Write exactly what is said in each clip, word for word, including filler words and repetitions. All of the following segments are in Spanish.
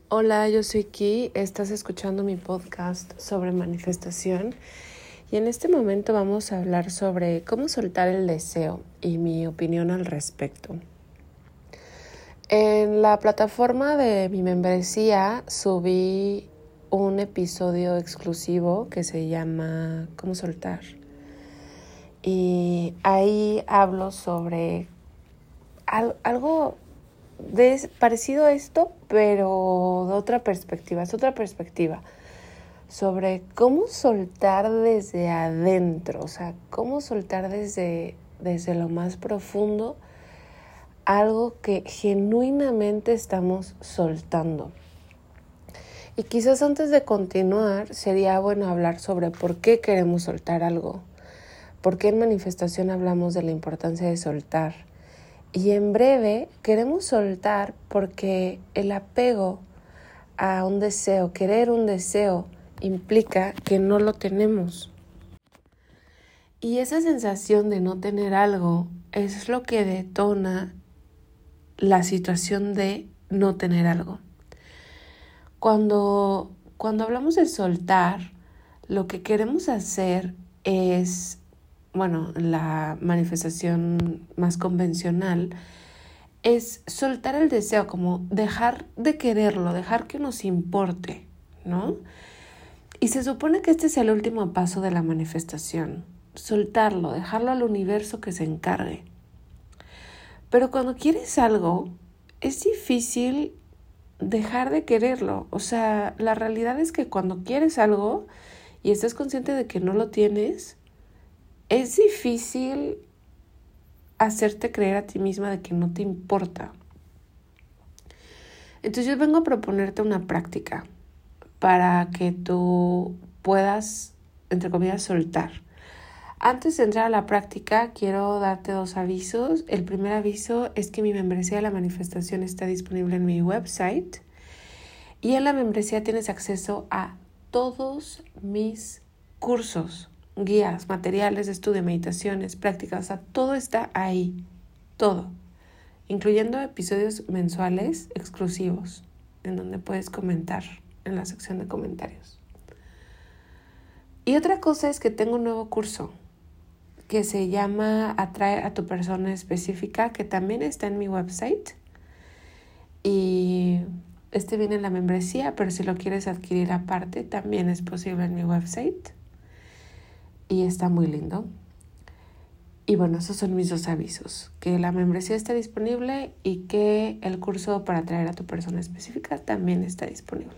Hola, yo soy Ki, estás escuchando mi podcast sobre manifestación y en este momento vamos a hablar sobre cómo soltar el deseo y mi opinión al respecto. En la plataforma de mi membresía subí un episodio exclusivo que se llama ¿Cómo soltar? Y ahí hablo sobre al- algo de, parecido a esto, pero de otra perspectiva, es otra perspectiva sobre cómo soltar desde adentro, o sea, cómo soltar desde, desde lo más profundo algo que genuinamente estamos soltando. Y quizás antes de continuar sería bueno hablar sobre por qué queremos soltar algo, por qué en manifestación hablamos de la importancia de soltar. Y en breve queremos soltar porque el apego a un deseo, querer un deseo, implica que no lo tenemos. Y esa sensación de no tener algo es lo que detona la situación de no tener algo. Cuando, cuando hablamos de soltar, lo que queremos hacer es, bueno, la manifestación más convencional, es soltar el deseo, como dejar de quererlo, dejar que nos importe, ¿no? Y se supone que este es el último paso de la manifestación, soltarlo, dejarlo al universo que se encargue. Pero cuando quieres algo, es difícil dejar de quererlo. O sea, la realidad es que cuando quieres algo y estás consciente de que no lo tienes, es difícil hacerte creer a ti misma de que no te importa. Entonces yo vengo a proponerte una práctica para que tú puedas, entre comillas, soltar. Antes de entrar a la práctica, quiero darte dos avisos. El primer aviso es que mi membresía de la manifestación está disponible en mi website. Y en la membresía tienes acceso a todos mis cursos, guías, materiales de estudio, meditaciones, prácticas. O sea, todo está ahí. Todo. Incluyendo episodios mensuales exclusivos en donde puedes comentar en la sección de comentarios. Y otra cosa es que tengo un nuevo curso que se llama Atrae a tu persona específica, que también está en mi website. Y este viene en la membresía, pero si lo quieres adquirir aparte, también es posible en mi website. Y está muy lindo. Y bueno, esos son mis dos avisos, que la membresía está disponible y que el curso para atraer a tu persona específica también está disponible.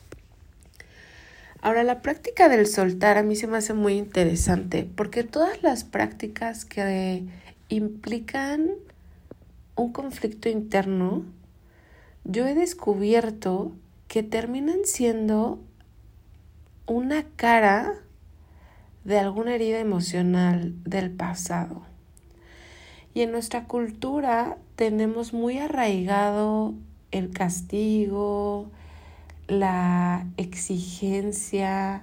Ahora, la práctica del soltar a mí se me hace muy interesante porque todas las prácticas que implican un conflicto interno, yo he descubierto que terminan siendo una cara de alguna herida emocional del pasado. Y en nuestra cultura tenemos muy arraigado el castigo, la exigencia,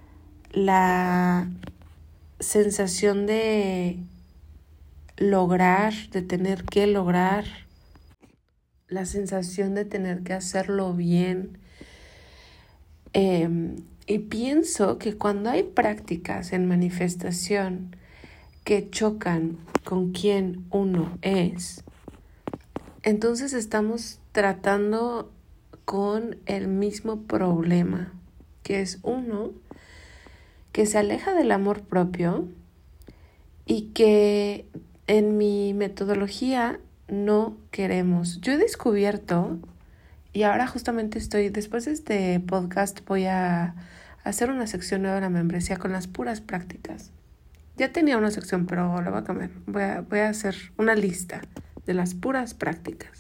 la sensación de lograr, de tener que lograr, la sensación de tener que hacerlo bien. Eh, y pienso que cuando hay prácticas en manifestación que chocan con quien uno es, entonces estamos tratando con el mismo problema, que es uno que se aleja del amor propio y que en mi metodología no queremos. Yo he descubierto, y ahora justamente estoy, después de este podcast voy a hacer una sección nueva de la membresía con las puras prácticas. Ya tenía una sección, pero la voy a cambiar. Voy a, voy a hacer una lista de las puras prácticas.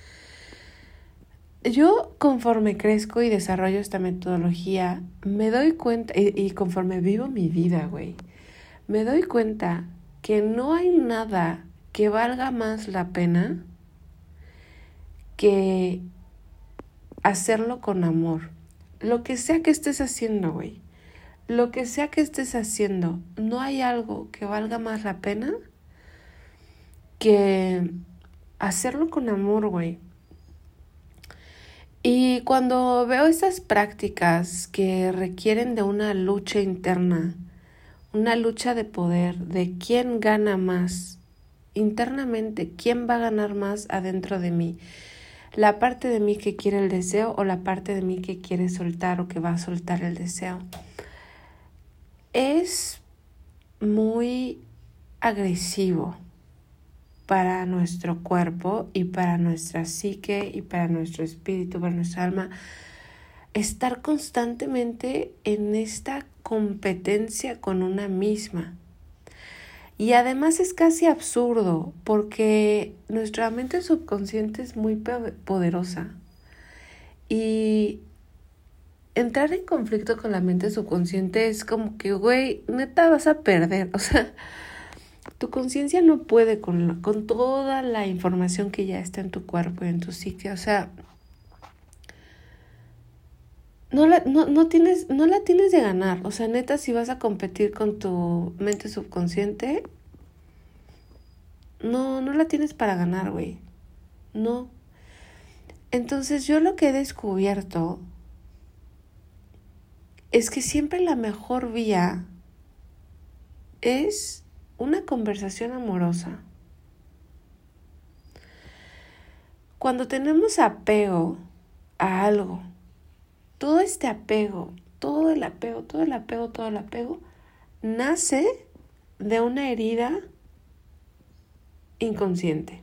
Yo, conforme crezco y desarrollo esta metodología, me doy cuenta, y, y conforme vivo mi vida, güey, me doy cuenta que no hay nada que valga más la pena que hacerlo con amor. Lo que sea que estés haciendo, güey, lo que sea que estés haciendo, no hay algo que valga más la pena que hacerlo con amor, güey. Y cuando veo estas prácticas que requieren de una lucha interna, una lucha de poder, de quién gana más internamente, quién va a ganar más adentro de mí, la parte de mí que quiere el deseo o la parte de mí que quiere soltar o que va a soltar el deseo, es muy agresivo para nuestro cuerpo y para nuestra psique y para nuestro espíritu, para nuestra alma, estar constantemente en esta competencia con una misma. Y además es casi absurdo porque nuestra mente subconsciente es muy poderosa y entrar en conflicto con la mente subconsciente es como que, güey, neta vas a perder, o sea, tu conciencia no puede con, la, con toda la información que ya está en tu cuerpo y en tu psique. O sea, no la, no, no, tienes, no la tienes de ganar. O sea, neta, si vas a competir con tu mente subconsciente, no, no la tienes para ganar, güey. No. Entonces, yo lo que he descubierto es que siempre la mejor vía es una conversación amorosa. Cuando tenemos apego a algo, todo este apego, todo el apego, todo el apego, todo el apego, nace de una herida inconsciente.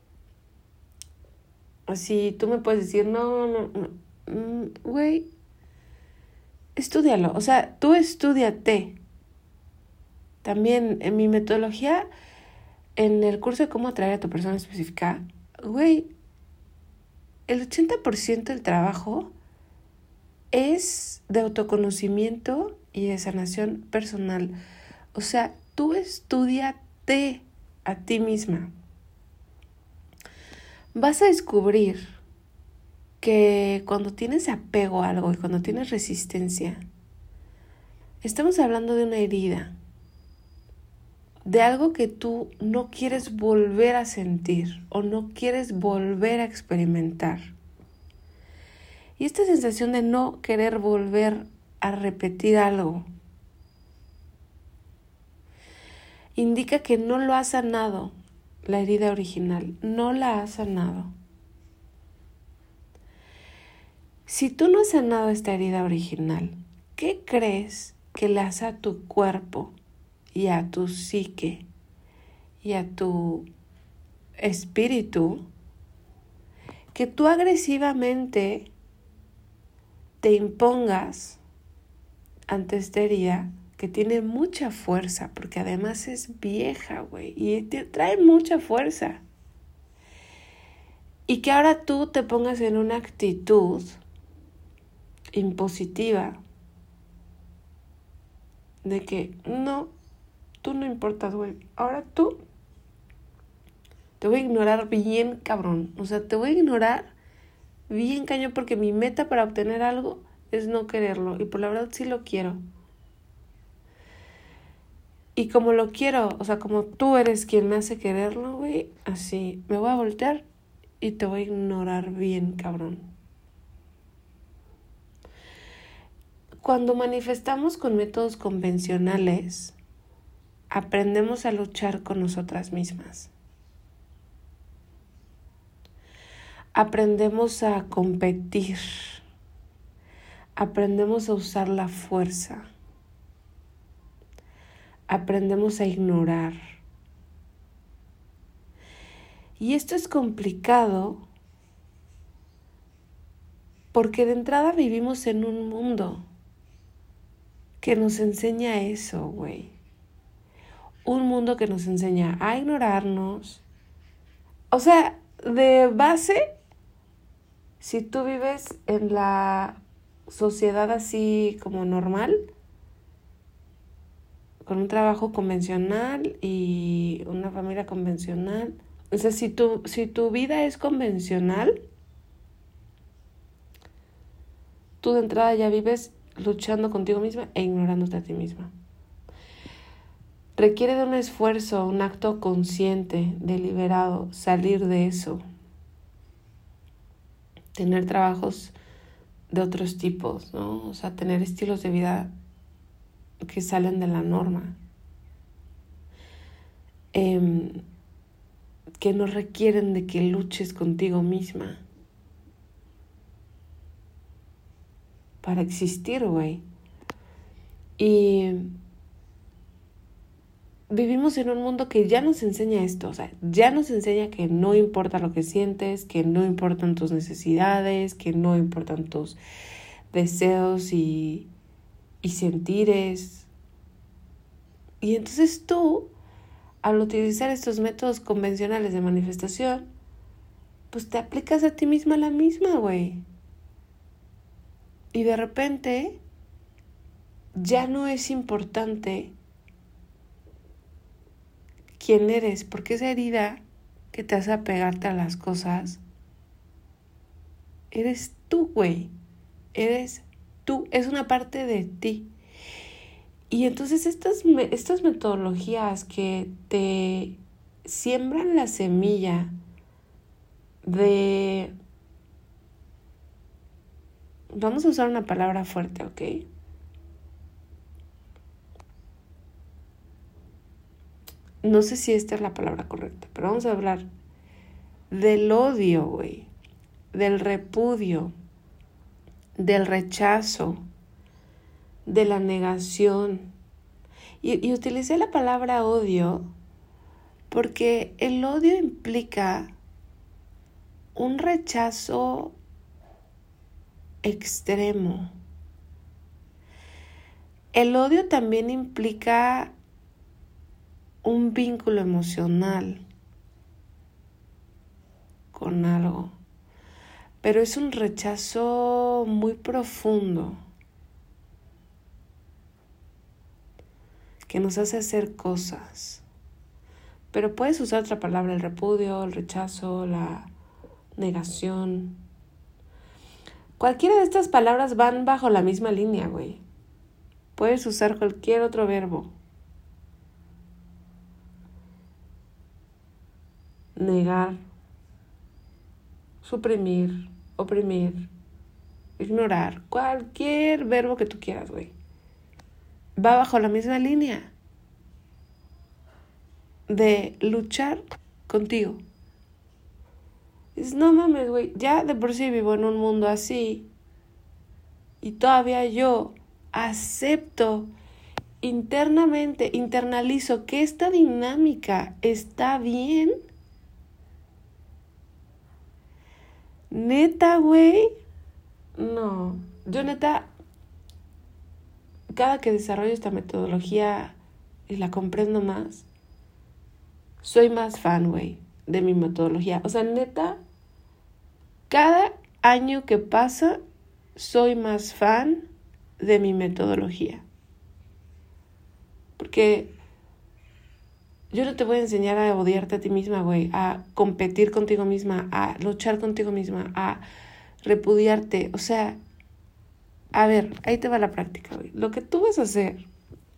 Así tú me puedes decir, no, no, no, güey, estúdialo. O sea, tú estúdiate. También en mi metodología, en el curso de cómo atraer a tu persona específica, güey, el ochenta por ciento del trabajo es de autoconocimiento y de sanación personal. O sea, tú estúdiate a ti misma. Vas a descubrir que cuando tienes apego a algo y cuando tienes resistencia, estamos hablando de una herida, de algo que tú no quieres volver a sentir o no quieres volver a experimentar. Y esta sensación de no querer volver a repetir algo indica que no lo has sanado, la herida original, no la has sanado. Si tú no has sanado esta herida original, ¿qué crees que le hace a tu cuerpo y a tu psique y a tu espíritu que tú agresivamente te impongas ante esta herida que tiene mucha fuerza, porque además es vieja, güey, y te trae mucha fuerza? Y que ahora tú te pongas en una actitud impositiva de que no, tú no importas, güey, ahora tú te voy a ignorar bien cabrón, o sea, te voy a ignorar bien cañón porque mi meta para obtener algo es no quererlo y por la verdad sí lo quiero. Y como lo quiero, o sea, como tú eres quien me hace quererlo, güey, así, me voy a voltear y te voy a ignorar bien cabrón. Cuando manifestamos con métodos convencionales, aprendemos a luchar con nosotras mismas. Aprendemos a competir. Aprendemos a usar la fuerza. Aprendemos a ignorar. Y esto es complicado porque de entrada vivimos en un mundo que nos enseña eso, güey. Un mundo que nos enseña a ignorarnos. O sea, de base, si tú vives en la sociedad así como normal, con un trabajo convencional y una familia convencional, o sea, si tu, si tu vida es convencional, tú de entrada ya vives luchando contigo misma e ignorándote a ti misma. Requiere de un esfuerzo, un acto consciente, deliberado, salir de eso. Tener trabajos de otros tipos, ¿no? O sea, tener estilos de vida que salen de la norma, eh, que no requieren de que luches contigo misma para existir, güey. Y vivimos en un mundo que ya nos enseña esto, o sea, ya nos enseña que no importa lo que sientes, que no importan tus necesidades, que no importan tus deseos y, y sentires. Y entonces tú, al utilizar estos métodos convencionales de manifestación, pues te aplicas a ti misma la misma, güey. Y de repente ya no es importante quién eres, porque esa herida que te hace apegarte a las cosas, eres tú, güey. Eres tú, es una parte de ti. Y entonces estas, estas metodologías que te siembran la semilla de... Vamos a usar una palabra fuerte, ¿ok? No sé si esta es la palabra correcta, pero vamos a hablar del odio, güey, del repudio, del rechazo, de la negación. Y, y utilicé la palabra odio porque el odio implica un rechazo extremo. El odio también implica un vínculo emocional con algo, pero es un rechazo muy profundo que nos hace hacer cosas. Pero puedes usar otra palabra, el repudio, el rechazo, la negación. Cualquiera de estas palabras van bajo la misma línea, güey. Puedes usar cualquier otro verbo. Negar, suprimir, oprimir, ignorar, cualquier verbo que tú quieras, güey. Va bajo la misma línea de luchar contigo. Es, no mames, güey, ya de por sí vivo en un mundo así y todavía yo acepto internamente, internalizo que esta dinámica está bien. Neta, güey, no, yo neta, cada que desarrollo esta metodología y la comprendo más, soy más fan, güey, de mi metodología. O sea, neta, cada año que pasa, soy más fan de mi metodología. Porque yo no te voy a enseñar a odiarte a ti misma, güey, a competir contigo misma, a luchar contigo misma, a repudiarte. O sea, a ver, ahí te va la práctica, güey. Lo que tú vas a hacer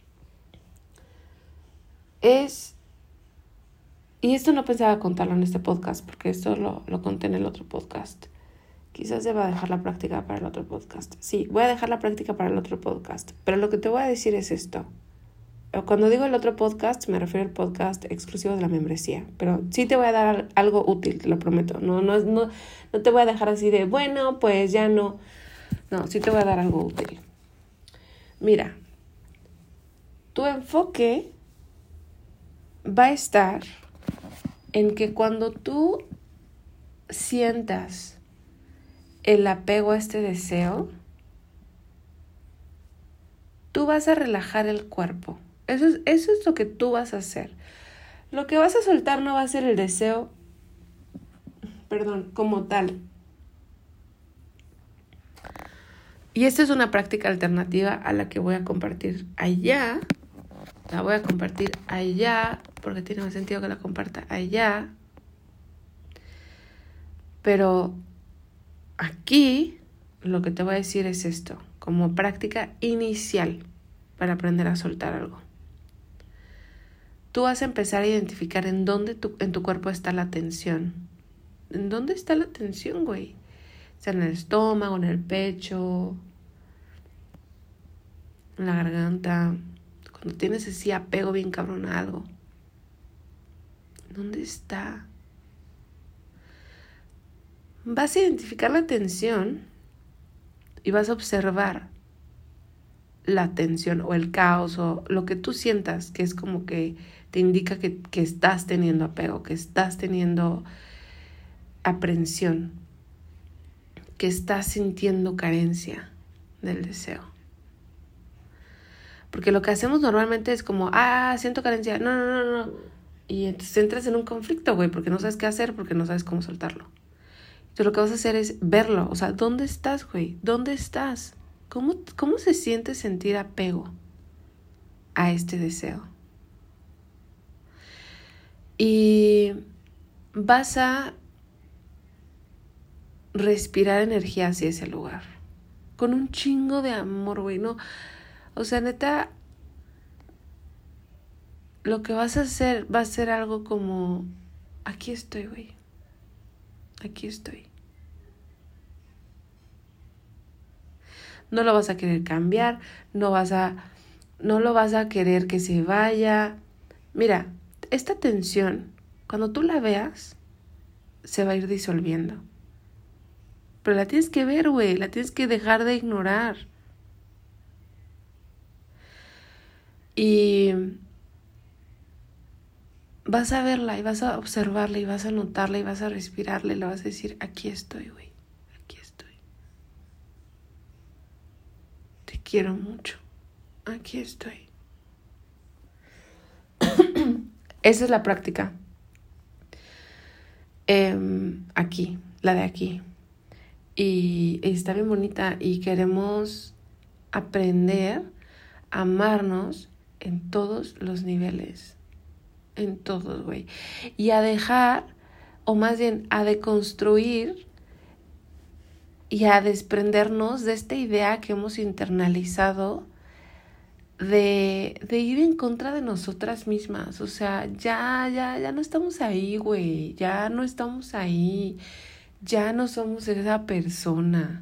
es... Y esto no pensaba contarlo en este podcast, porque esto lo, lo conté en el otro podcast. Quizás deba dejar la práctica para el otro podcast. Sí, voy a dejar la práctica para el otro podcast. Pero lo que te voy a decir es esto. Cuando digo el otro podcast, me refiero al podcast exclusivo de la membresía. Pero sí te voy a dar algo útil, te lo prometo. No, no, no, no te voy a dejar así de, bueno, pues ya no. No, sí te voy a dar algo útil. Mira, tu enfoque va a estar en que cuando tú sientas el apego a este deseo, tú vas a relajar el cuerpo. Eso es, eso es lo que tú vas a hacer. Lo que vas a soltar no va a ser el deseo, perdón, como tal. Y esta es una práctica alternativa a la que voy a compartir allá. La voy a compartir allá, porque tiene más sentido que la comparta allá. Pero aquí lo que te voy a decir es esto, como práctica inicial para aprender a soltar algo. Tú vas a empezar a identificar en dónde tu, en tu cuerpo está la tensión. ¿En dónde está la tensión, güey? sea en el estómago, en el pecho, en la garganta, cuando tienes ese apego bien cabrón a algo. ¿Dónde está? Vas a identificar la tensión y vas a observar la tensión o el caos o lo que tú sientas, que es como que te indica que, que estás teniendo apego, que estás teniendo aprensión, que estás sintiendo carencia del deseo. Porque lo que hacemos normalmente es como, ah, siento carencia, no, no, no, no. Y entonces entras en un conflicto, güey, porque no sabes qué hacer, porque no sabes cómo soltarlo. Entonces lo que vas a hacer es verlo, o sea, ¿dónde estás, güey? ¿Dónde estás? ¿Cómo, cómo se siente sentir apego a este deseo? Y vas a respirar energía hacia ese lugar. Con un chingo de amor, güey, ¿no? O sea, neta, lo que vas a hacer va a ser algo como, aquí estoy, güey. Aquí estoy. No lo vas a querer cambiar, no vas a, no lo vas a querer que se vaya. Mira, esta tensión, cuando tú la veas, se va a ir disolviendo. Pero la tienes que ver, güey, la tienes que dejar de ignorar. Y vas a verla y vas a observarla y vas a notarla y vas a respirarla y le vas a decir, aquí estoy, güey, aquí estoy. Te quiero mucho, aquí estoy. Esa es la práctica. Eh, aquí, la de aquí. Y está bien bonita y queremos aprender a amarnos en todos los niveles. En todos, güey. Y a dejar, o más bien a deconstruir y a desprendernos de esta idea que hemos internalizado de, de ir en contra de nosotras mismas. O sea, ya, ya, ya no estamos ahí, güey. Ya no estamos ahí. Ya no somos esa persona.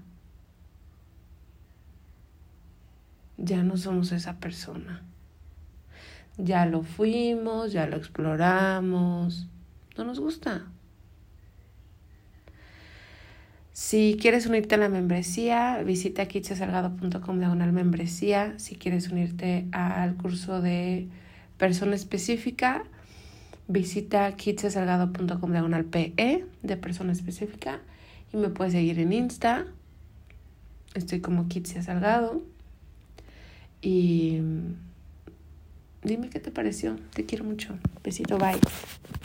Ya no somos esa persona. Ya lo fuimos, ya lo exploramos. No nos gusta. Si quieres unirte a la membresía, visita kitsasalgado.com diagonal membresía. Si quieres unirte al curso de persona específica, visita kitsasalgado.com diagonal pe de persona específica. Y me puedes seguir en Insta. Estoy como Kitsia Salgado. Y dime qué te pareció. Te quiero mucho. Besito, bye.